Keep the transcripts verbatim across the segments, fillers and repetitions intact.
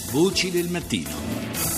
Voci del mattino.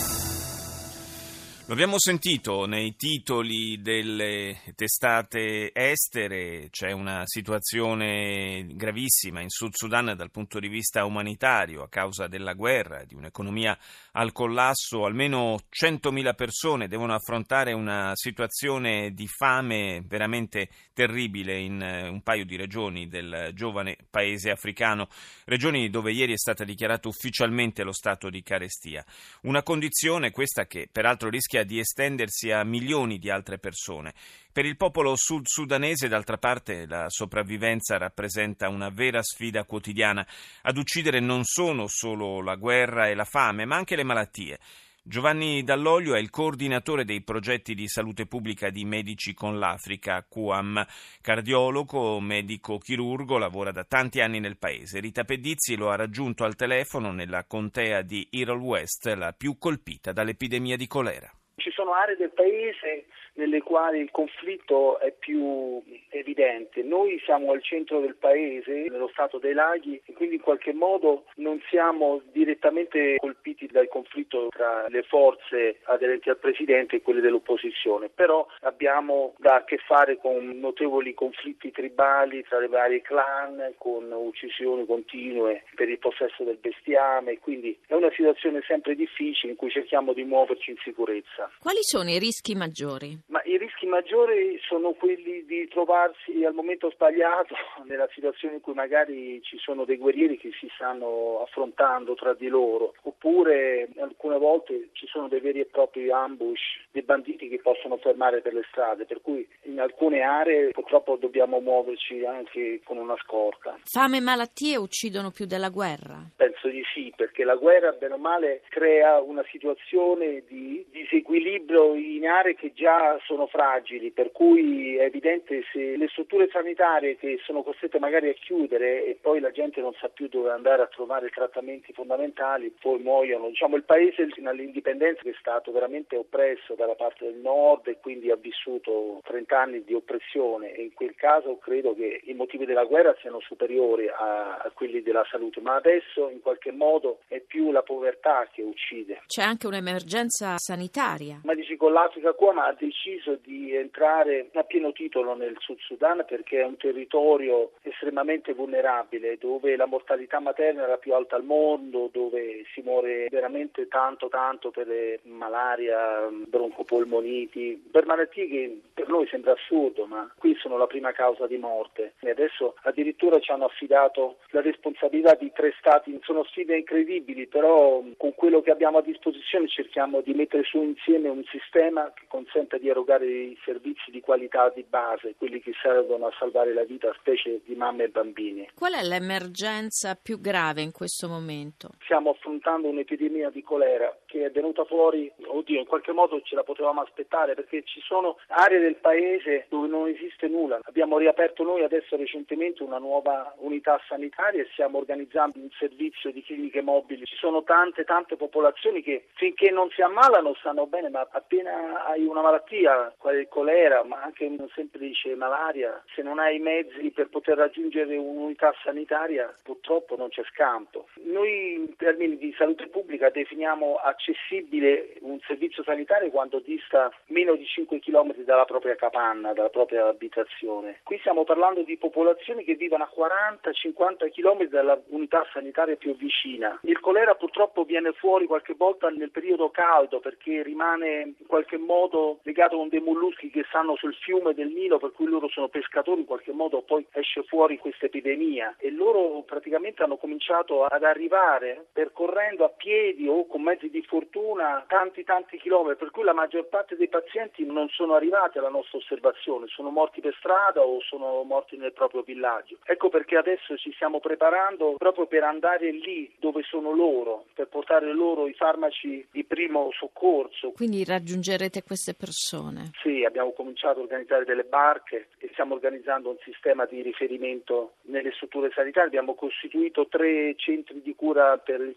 Lo abbiamo sentito nei titoli delle testate estere, c'è una situazione gravissima in Sud Sudan dal punto di vista umanitario a causa della guerra, di un'economia al collasso. Almeno centomila persone devono affrontare una situazione di fame veramente terribile in un paio di regioni del giovane paese africano, regioni dove ieri è stata dichiarata ufficialmente lo stato di carestia. Una condizione questa che peraltro rischia di estendersi a milioni di altre persone. Per il popolo sud-sudanese, d'altra parte, la sopravvivenza rappresenta una vera sfida quotidiana. Ad uccidere non sono solo la guerra e la fame, ma anche le malattie. Giovanni Dall'Olio è il coordinatore dei progetti di salute pubblica di Medici con l'Africa, Q A M, cardiologo, medico chirurgo, lavora da tanti anni nel paese. Rita Pedizzi lo ha raggiunto al telefono nella contea di Irol West, la più colpita dall'epidemia di colera. Ci sono aree del paese nelle quali il conflitto è più evidente. Noi siamo al centro del paese, nello stato dei laghi, e quindi in qualche modo non siamo direttamente colpiti dal conflitto tra le forze aderenti al presidente e quelle dell'opposizione, però abbiamo da a che fare con notevoli conflitti tribali tra le varie clan, con uccisioni continue per il possesso del bestiame, quindi è una situazione sempre difficile in cui cerchiamo di muoverci in sicurezza. Quali sono i rischi maggiori? Ma i rischi maggiori sono quelli di trovarsi al momento sbagliato, nella situazione in cui magari ci sono dei guerrieri che si stanno affrontando tra di loro, oppure alcune volte ci sono dei veri e propri ambush, dei banditi che possono fermare per le strade, per cui in alcune aree purtroppo dobbiamo muoverci anche con una scorta. Fame e malattie uccidono più della guerra? Penso di sì, perché la guerra bene o male crea una situazione di disequilibrio in aree che già sono fragili, per cui è evidente se le strutture sanitarie che sono costrette magari a chiudere e poi la gente non sa più dove andare a trovare trattamenti fondamentali, poi muoiono. Diciamo il paese all'indipendenza è stato veramente oppresso dalla parte del nord e quindi ha vissuto trenta anni di oppressione, e in quel caso credo che i motivi della guerra siano superiori a, a quelli della salute, ma adesso in qualche modo è più la povertà che uccide. C'è anche un'emergenza sanitaria. Medici con l'Africa Q A M ha deciso di entrare a pieno titolo nel Sud Sudan perché è un territorio estremamente vulnerabile, dove la mortalità materna è la più alta al mondo, dove si muore veramente tanto tanto per malaria, broncopolmoniti, per malattie che per noi sembra assurdo, ma qui sono la prima causa di morte. E adesso addirittura ci hanno affidato la responsabilità di tre stati. Sono sfide incredibili, però con quello che abbiamo a disposizione cerchiamo di mettere su insieme un sistema che consenta di erogare i servizi di qualità di base, quelli che servono a salvare la vita, specie di mamme e bambini. Qual è l'emergenza più grave in questo momento? Stiamo affrontando un'epidemia di colera che è venuta fuori, oddio, in qualche modo ce la potevamo aspettare, perché ci sono aree del paese dove non esiste nulla. Abbiamo riaperto noi adesso recentemente una nuova unità sanitaria e stiamo organizzando un servizio di cliniche mobili. Ci sono tante tante popolazioni che finché non si ammalano stanno bene, ma appena hai una malattia, quale il colera, ma anche una semplice malaria, se non hai i mezzi per poter raggiungere un'unità sanitaria, purtroppo non c'è scampo. Noi in termini di salute pubblica definiamo accessibile un servizio sanitario quando dista meno di cinque chilometri dalla propria capanna, dalla propria abitazione. Qui stiamo parlando di popolazioni che vivono a quaranta cinquanta chilometri dalla unità sanitaria più vicina. Il colera purtroppo viene fuori qualche volta nel periodo caldo perché rimane in qualche modo legato con dei molluschi che stanno sul fiume del Nilo, per cui loro sono pescatori, in qualche modo poi esce fuori questa epidemia e loro praticamente hanno cominciato ad arrivare percorrendo a piedi o con mezzi di fortuna tanti tanti chilometri, per cui la maggior parte dei pazienti non sono arrivati alla nostra osservazione, sono morti per strada o sono morti nel proprio villaggio. Ecco perché adesso ci stiamo preparando proprio per andare lì dove sono loro, per portare loro i farmaci di primo soccorso. Quindi raggiungerete queste persone? Sì, abbiamo cominciato a organizzare delle barche e stiamo organizzando un sistema di riferimento nelle strutture sanitarie. Abbiamo costituito tre centri di cura per il colera,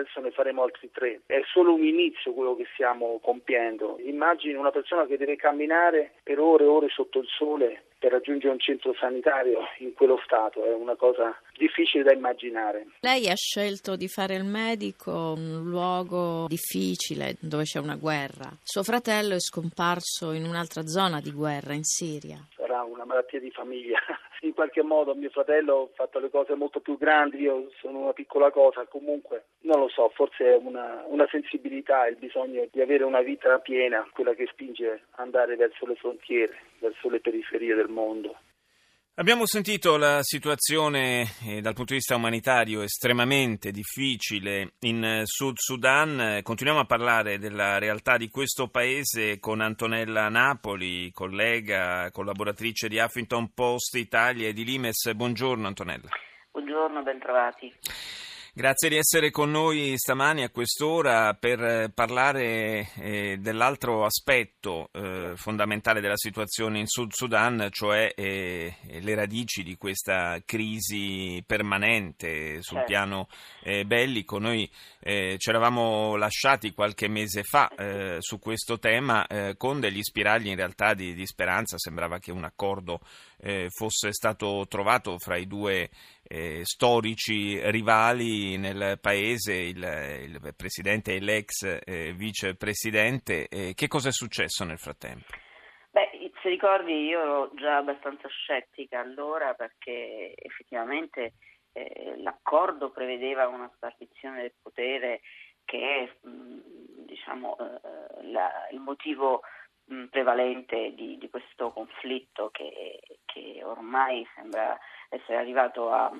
adesso ne faremo altri tre. È solo un inizio quello che stiamo compiendo. Immagini una persona che deve camminare per ore e ore sotto il sole per raggiungere un centro sanitario in quello stato, è una cosa difficile da immaginare. Lei ha scelto di fare il medico in un luogo difficile dove c'è una guerra. Suo fratello è scomparso in un'altra zona di guerra, in Siria. Sarà una malattia di famiglia. In qualche modo mio fratello ha fatto le cose molto più grandi, io sono una piccola cosa, comunque non lo so, forse è una, una sensibilità, il bisogno di avere una vita piena, quella che spinge ad andare verso le frontiere, verso le periferie del mondo. Abbiamo sentito la situazione eh, dal punto di vista umanitario estremamente difficile in eh, Sud Sudan. Continuiamo a parlare della realtà di questo paese con Antonella Napoli, collega, collaboratrice di Huffington Post Italia e di Limes. Buongiorno Antonella. Buongiorno, bentrovati. Grazie di essere con noi stamani a quest'ora per parlare eh, dell'altro aspetto eh, fondamentale della situazione in Sud Sudan, cioè eh, le radici di questa crisi permanente sul certo. piano eh, bellico. Noi eh, ci eravamo lasciati qualche mese fa eh, su questo tema eh, con degli spiragli in realtà di, di speranza. Sembrava che un accordo eh, fosse stato trovato fra i due Eh, storici rivali nel paese, il, il presidente e l'ex eh, vicepresidente. Eh, che cosa è successo nel frattempo? Beh, se ricordi io ero già abbastanza scettica allora perché effettivamente eh, l'accordo prevedeva una spartizione del potere che è mh, diciamo eh, la, il motivo mh, prevalente di, di questo conflitto che, che ormai sembra essere arrivato a,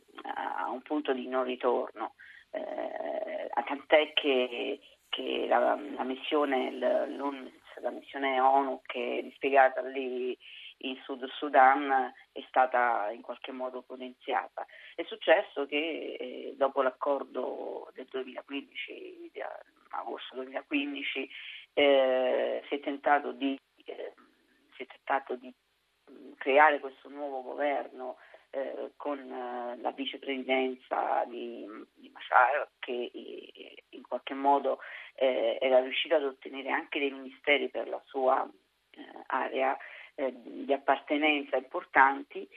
a un punto di non ritorno, eh, tant'è che, che la, la missione la missione ONU che è dispiegata lì in Sud Sudan è stata in qualche modo potenziata. È successo che eh, dopo l'accordo del duemilaquindici, di agosto duemilaquindici, eh, si è tentato di eh, si è tentato di creare questo nuovo governo eh, con eh, la vicepresidenza di, di Machar, che eh, in qualche modo eh, era riuscita ad ottenere anche dei ministeri per la sua eh, area eh, di appartenenza importanti,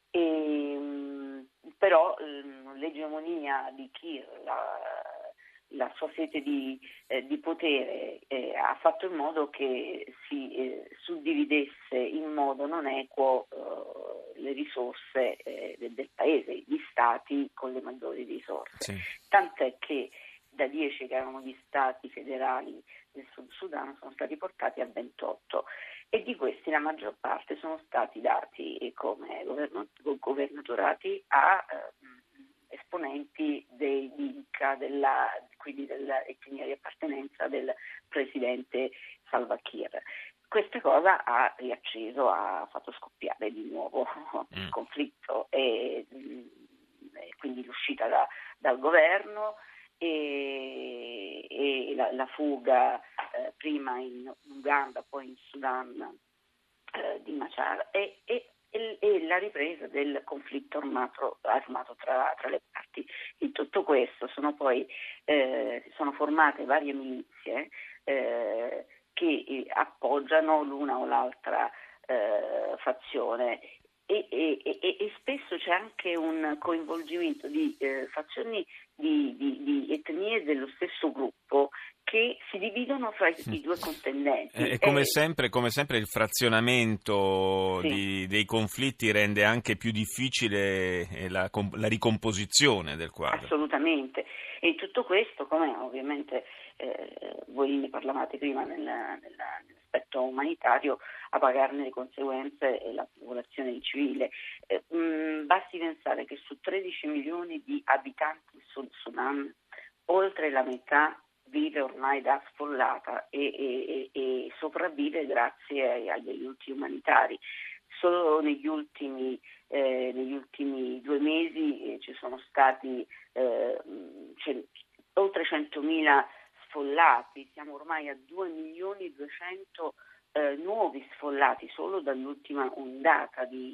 e, mh, però mh, l'egemonia di Kir, la, la sua sete di, eh, di potere eh, ha fatto in modo che si eh, suddividesse in modo non equo eh, le risorse eh, del, del paese, gli stati con le maggiori risorse. Sì. Tant'è che da dieci che erano gli stati federali del Sud Sudan sono stati portati a ventotto e di questi la maggior parte sono stati dati come governatorati a eh, esponenti dei Dinka, della, quindi dell'etnia di appartenenza del presidente Salva Kiir. Questa cosa ha riacceso, ha fatto scoppiare di nuovo il conflitto e, e quindi l'uscita da, dal governo e, e la, la fuga eh, prima in Uganda, poi in Sudan eh, di Machar e, e e la ripresa del conflitto armato, armato tra, tra le parti. In tutto questo sono poi eh, sono formate varie milizie eh, che eh, appoggiano l'una o l'altra eh, fazione e, e, e, e spesso c'è anche un coinvolgimento di eh, fazioni di, di, di etnie dello stesso gruppo che si dividono fra i, i due contendenti. E come, e, sempre, come sempre il frazionamento sì. di, dei conflitti rende anche più difficile la, la ricomposizione del quadro. Assolutamente. E in tutto questo, come ovviamente eh, voi ne parlavate prima nel, nel, nell'aspetto umanitario, a pagarne le conseguenze è la popolazione di civile. Eh, mh, basti pensare che su tredici milioni di abitanti in Sud Sudan, oltre la metà vive ormai da sfollata e, e, e sopravvive grazie ai, agli aiuti umanitari. Solo negli ultimi, eh, negli ultimi due mesi eh, ci sono stati eh, c- oltre centomila sfollati, siamo ormai a due milioni e duecento eh, nuovi sfollati solo dall'ultima ondata di,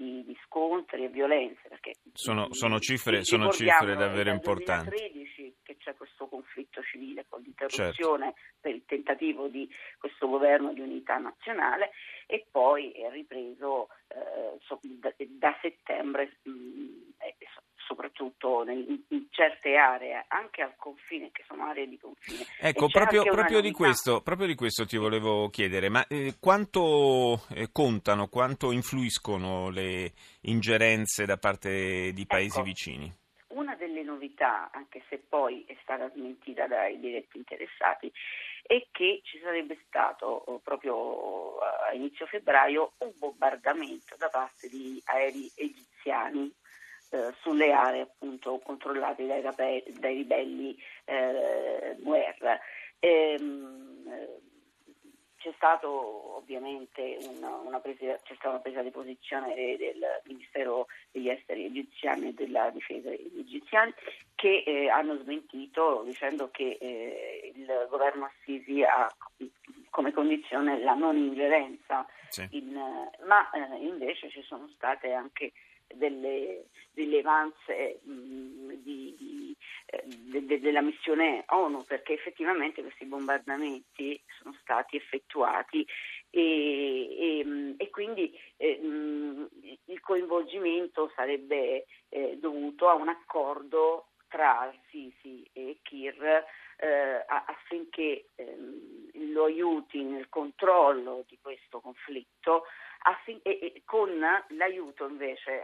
di, di scontri e violenze. Perché sono, sono cifre, sono cifre davvero importanti. Nel duemilatredici che c'è questo conflitto civile con l'interruzione certo. per il tentativo di questo governo di unità nazionale, e poi è ripreso eh, so, da, da settembre mh, eh, soprattutto in, in certe aree, anche al confine, che sono aree di confine. Ecco, proprio, proprio, di questo, proprio di questo ti volevo chiedere, ma eh, quanto eh, contano, quanto influiscono le ingerenze da parte di paesi ecco, vicini? Una delle novità, anche se poi è stata smentita dai diretti interessati, è che ci sarebbe stato proprio a inizio febbraio un bombardamento da parte di aerei egiziani Eh, sulle aree appunto controllate dai, rape- dai ribelli eh, Nuer. Ehm, eh, c'è stato ovviamente una, una presa, c'è stata una presa di posizione del Ministero degli Esteri egiziani e della Difesa degli egiziani, che eh, hanno smentito dicendo che eh, il governo Assisi ha come condizione la non ingerenza, sì. in, ma eh, invece ci sono state anche delle rilevanze mh, di, di, eh, de, de, della missione ONU, perché effettivamente questi bombardamenti sono stati effettuati e, e, e quindi eh, mh, il coinvolgimento sarebbe eh, dovuto a un accordo tra al-Sisi e Kir eh, affinché eh, lo aiuti nel controllo di questo conflitto, Affin- e, e con l'aiuto invece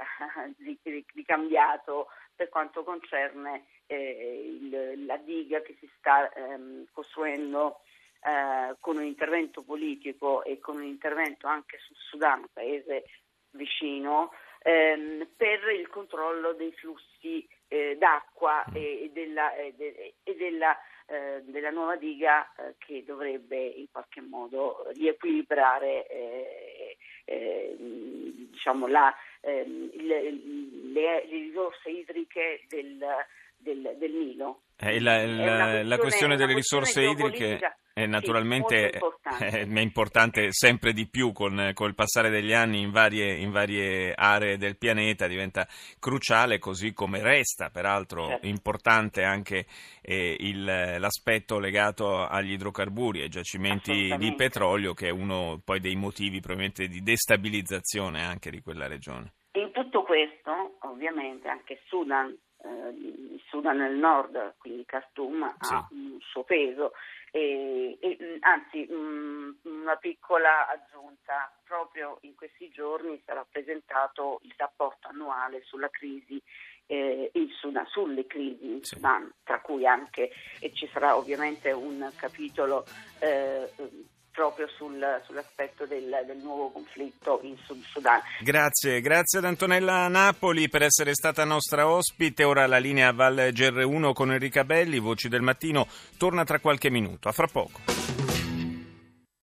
ricambiato per quanto concerne eh, il, la diga che si sta ehm, costruendo eh, con un intervento politico e con un intervento anche sul Sudan, paese vicino, ehm, per il controllo dei flussi eh, d'acqua e, e della, e de, e della Eh, della nuova diga eh, che dovrebbe in qualche modo riequilibrare eh, eh, diciamo la, eh, le, le, le risorse idriche del, del, del Nilo. Eh, la, la, la questione delle risorse idriche è naturalmente sì, è, è importante sempre di più con, con il passare degli anni in varie, in varie aree del pianeta, diventa cruciale, così come resta peraltro certo. importante anche eh, il, l'aspetto legato agli idrocarburi, ai giacimenti di petrolio, che è uno poi dei motivi probabilmente di destabilizzazione anche di quella regione. In tutto questo ovviamente anche Sudan, il Sudan del Nord, quindi Khartoum, sì. ha un suo peso e, e anzi mh, una piccola aggiunta: proprio in questi giorni sarà presentato il rapporto annuale sulla crisi eh, in Sudan, sulle crisi in sì. Sudan, tra cui anche, e ci sarà ovviamente un capitolo eh, proprio sul, sull'aspetto del, del nuovo conflitto in Sud Sudan. Grazie, grazie ad Antonella Napoli per essere stata nostra ospite. Ora la linea Val G R uno con Enrica Belli, Voci del Mattino, torna tra qualche minuto. A fra poco.